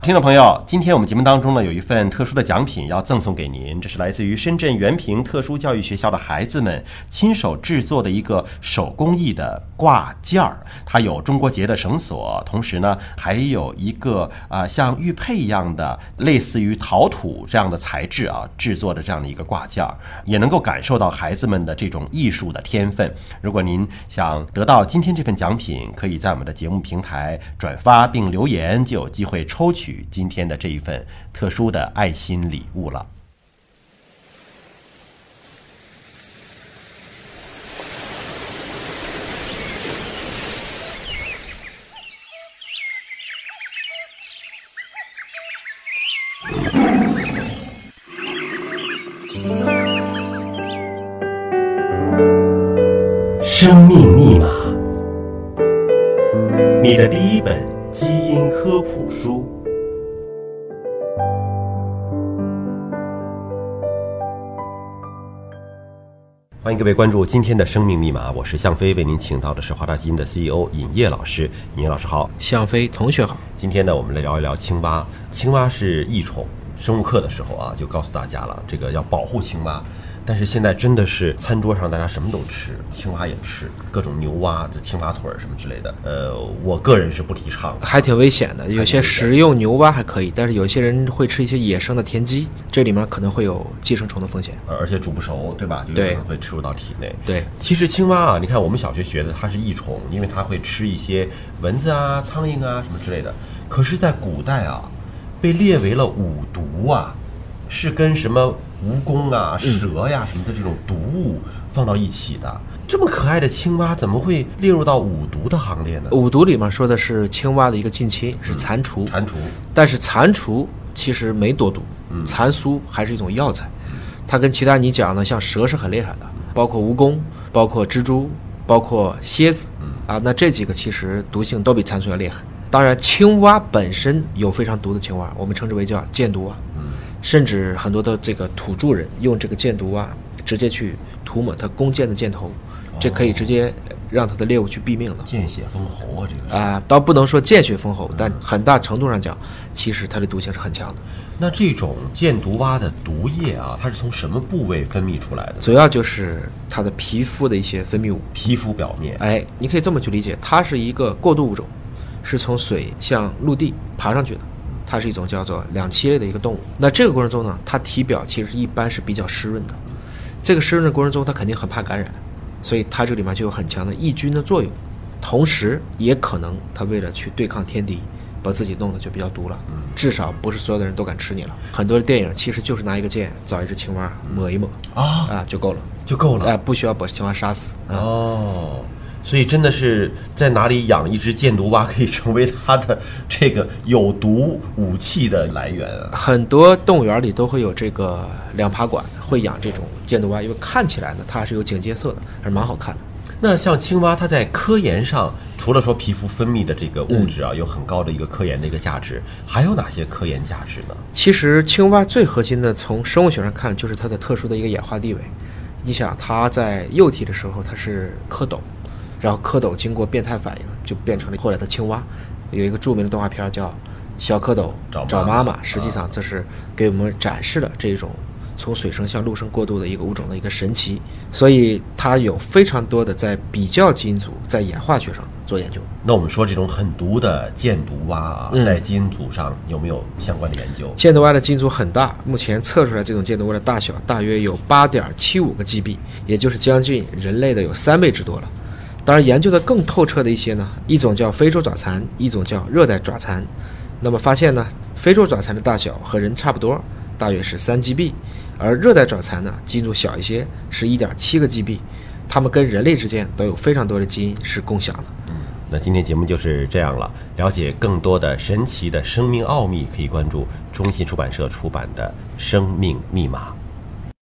听众朋友，今天我们节目当中呢有一份特殊的奖品要赠送给您，这是来自于深圳原平特殊教育学校的孩子们亲手制作的一个手工艺的挂件儿，它有中国结的绳索，同时呢还有一个像玉佩一样的类似于陶土这样的材质制作的这样的一个挂件儿，也能够感受到孩子们的这种艺术的天分。如果您想得到今天这份奖品，可以在我们的节目平台转发并留言，就有机会抽取今天的这一份特殊的爱心礼物了。生命密码，你的第一本基因科普书。欢迎各位关注今天的生命密码，我是向飞，为您请到的是华大基因的 CEO 尹烨老师。尹烨老师好。 向飞同学好。今天呢，我们来聊一聊青蛙。青蛙是益虫，生物课的时候就告诉大家了，这个要保护青蛙。但是现在真的是餐桌上大家什么都吃，青蛙也吃，各种牛蛙、青蛙腿什么之类的。我个人是不提倡的， 还挺危险的。有些食用牛蛙还可以，但是有些人会吃一些野生的田鸡，这里面可能会有寄生虫的风险， 而且煮不熟，对吧？就有可能会吃入到体内。 对， 其实青蛙你看我们小学学的它是益虫，因为它会吃一些蚊子苍蝇什么之类的。可是，在古代被列为了五毒是跟什么蜈蚣蛇什么的这种毒物放到一起的。这么可爱的青蛙怎么会列入到五毒的行列呢？ 五毒里面说的是青蛙的一个近亲，是蟾蜍。 蟾蜍， 但是蟾蜍其实没多毒，蟾酥还是一种药材。它跟其他你讲的像蛇是很厉害的，包括蜈蚣，包括蜘蛛，包括蝎子那这几个其实毒性都比蟾蜍要厉害。当然青蛙本身有非常毒的青蛙，我们称之为叫箭毒蛙，甚至很多的这个土著人用这个箭毒直接去涂抹它弓箭的箭头，这可以直接让它的猎物去毙命的。 见血封喉这个是倒不能说见血封喉，但很大程度上讲，其实它的毒性是很强的。 那这种箭毒蛙的毒液它是从什么部位分泌出来的？ 主要就是它的皮肤的一些分泌物， 皮肤表面。 你可以这么去理解，它是一个过渡物种，是从水向陆地爬上去的。它是一种叫做两栖类的一个动物。那这个过程中呢，它体表其实一般是比较湿润的。这个湿润的过程中，它肯定很怕感染，所以它这里面就有很强的抑菌的作用。同时，也可能它为了去对抗天敌，把自己弄得就比较毒了。至少不是所有的人都敢吃你了。很多的电影其实就是拿一个箭找一只青蛙抹一抹就够了，不需要把青蛙杀死所以真的是在哪里养一只箭毒蛙可以成为它的这个有毒武器的来源很多动物园里都会有这个两爬馆，会养这种箭毒蛙，因为看起来呢它是有警戒色的，还是蛮好看的。 那像青蛙它在科研上除了说皮肤分泌的这个物质有很高的一个科研的一个价值，还有哪些科研价值呢？ 其实青蛙最核心的从生物学上看就是它的特殊的一个演化地位。你想它在幼体的时候它是蝌蚪，然后蝌蚪经过变态反应就变成了后来的青蛙。有一个著名的动画片叫《小蝌蚪找妈妈》，实际上这是给我们展示了这种从水生向陆生过渡的一个物种的一个神奇。所以它有非常多的在比较基因组在演化学上做研究。 那我们说这种很毒的箭毒蛙在基因组上有没有相关的研究？ 箭毒蛙的基因组很大，目前测出来这种箭毒蛙的大小大约有 8.75 个 GB， 也就是将近人类的有3倍之多了。当然研究的更透彻的一些呢，一种叫非洲爪蚕，一种叫热带爪蚕。那么发现呢，非洲爪蚕的大小和人差不多，大约是3 GB， 而热带爪蚕呢基因组小一些，是 1.7 个 GB。 它们跟人类之间都有非常多的基因是共享的。 那今天节目就是这样了。了解更多的神奇的生命奥秘，可以关注中信出版社出版的《生命密码》。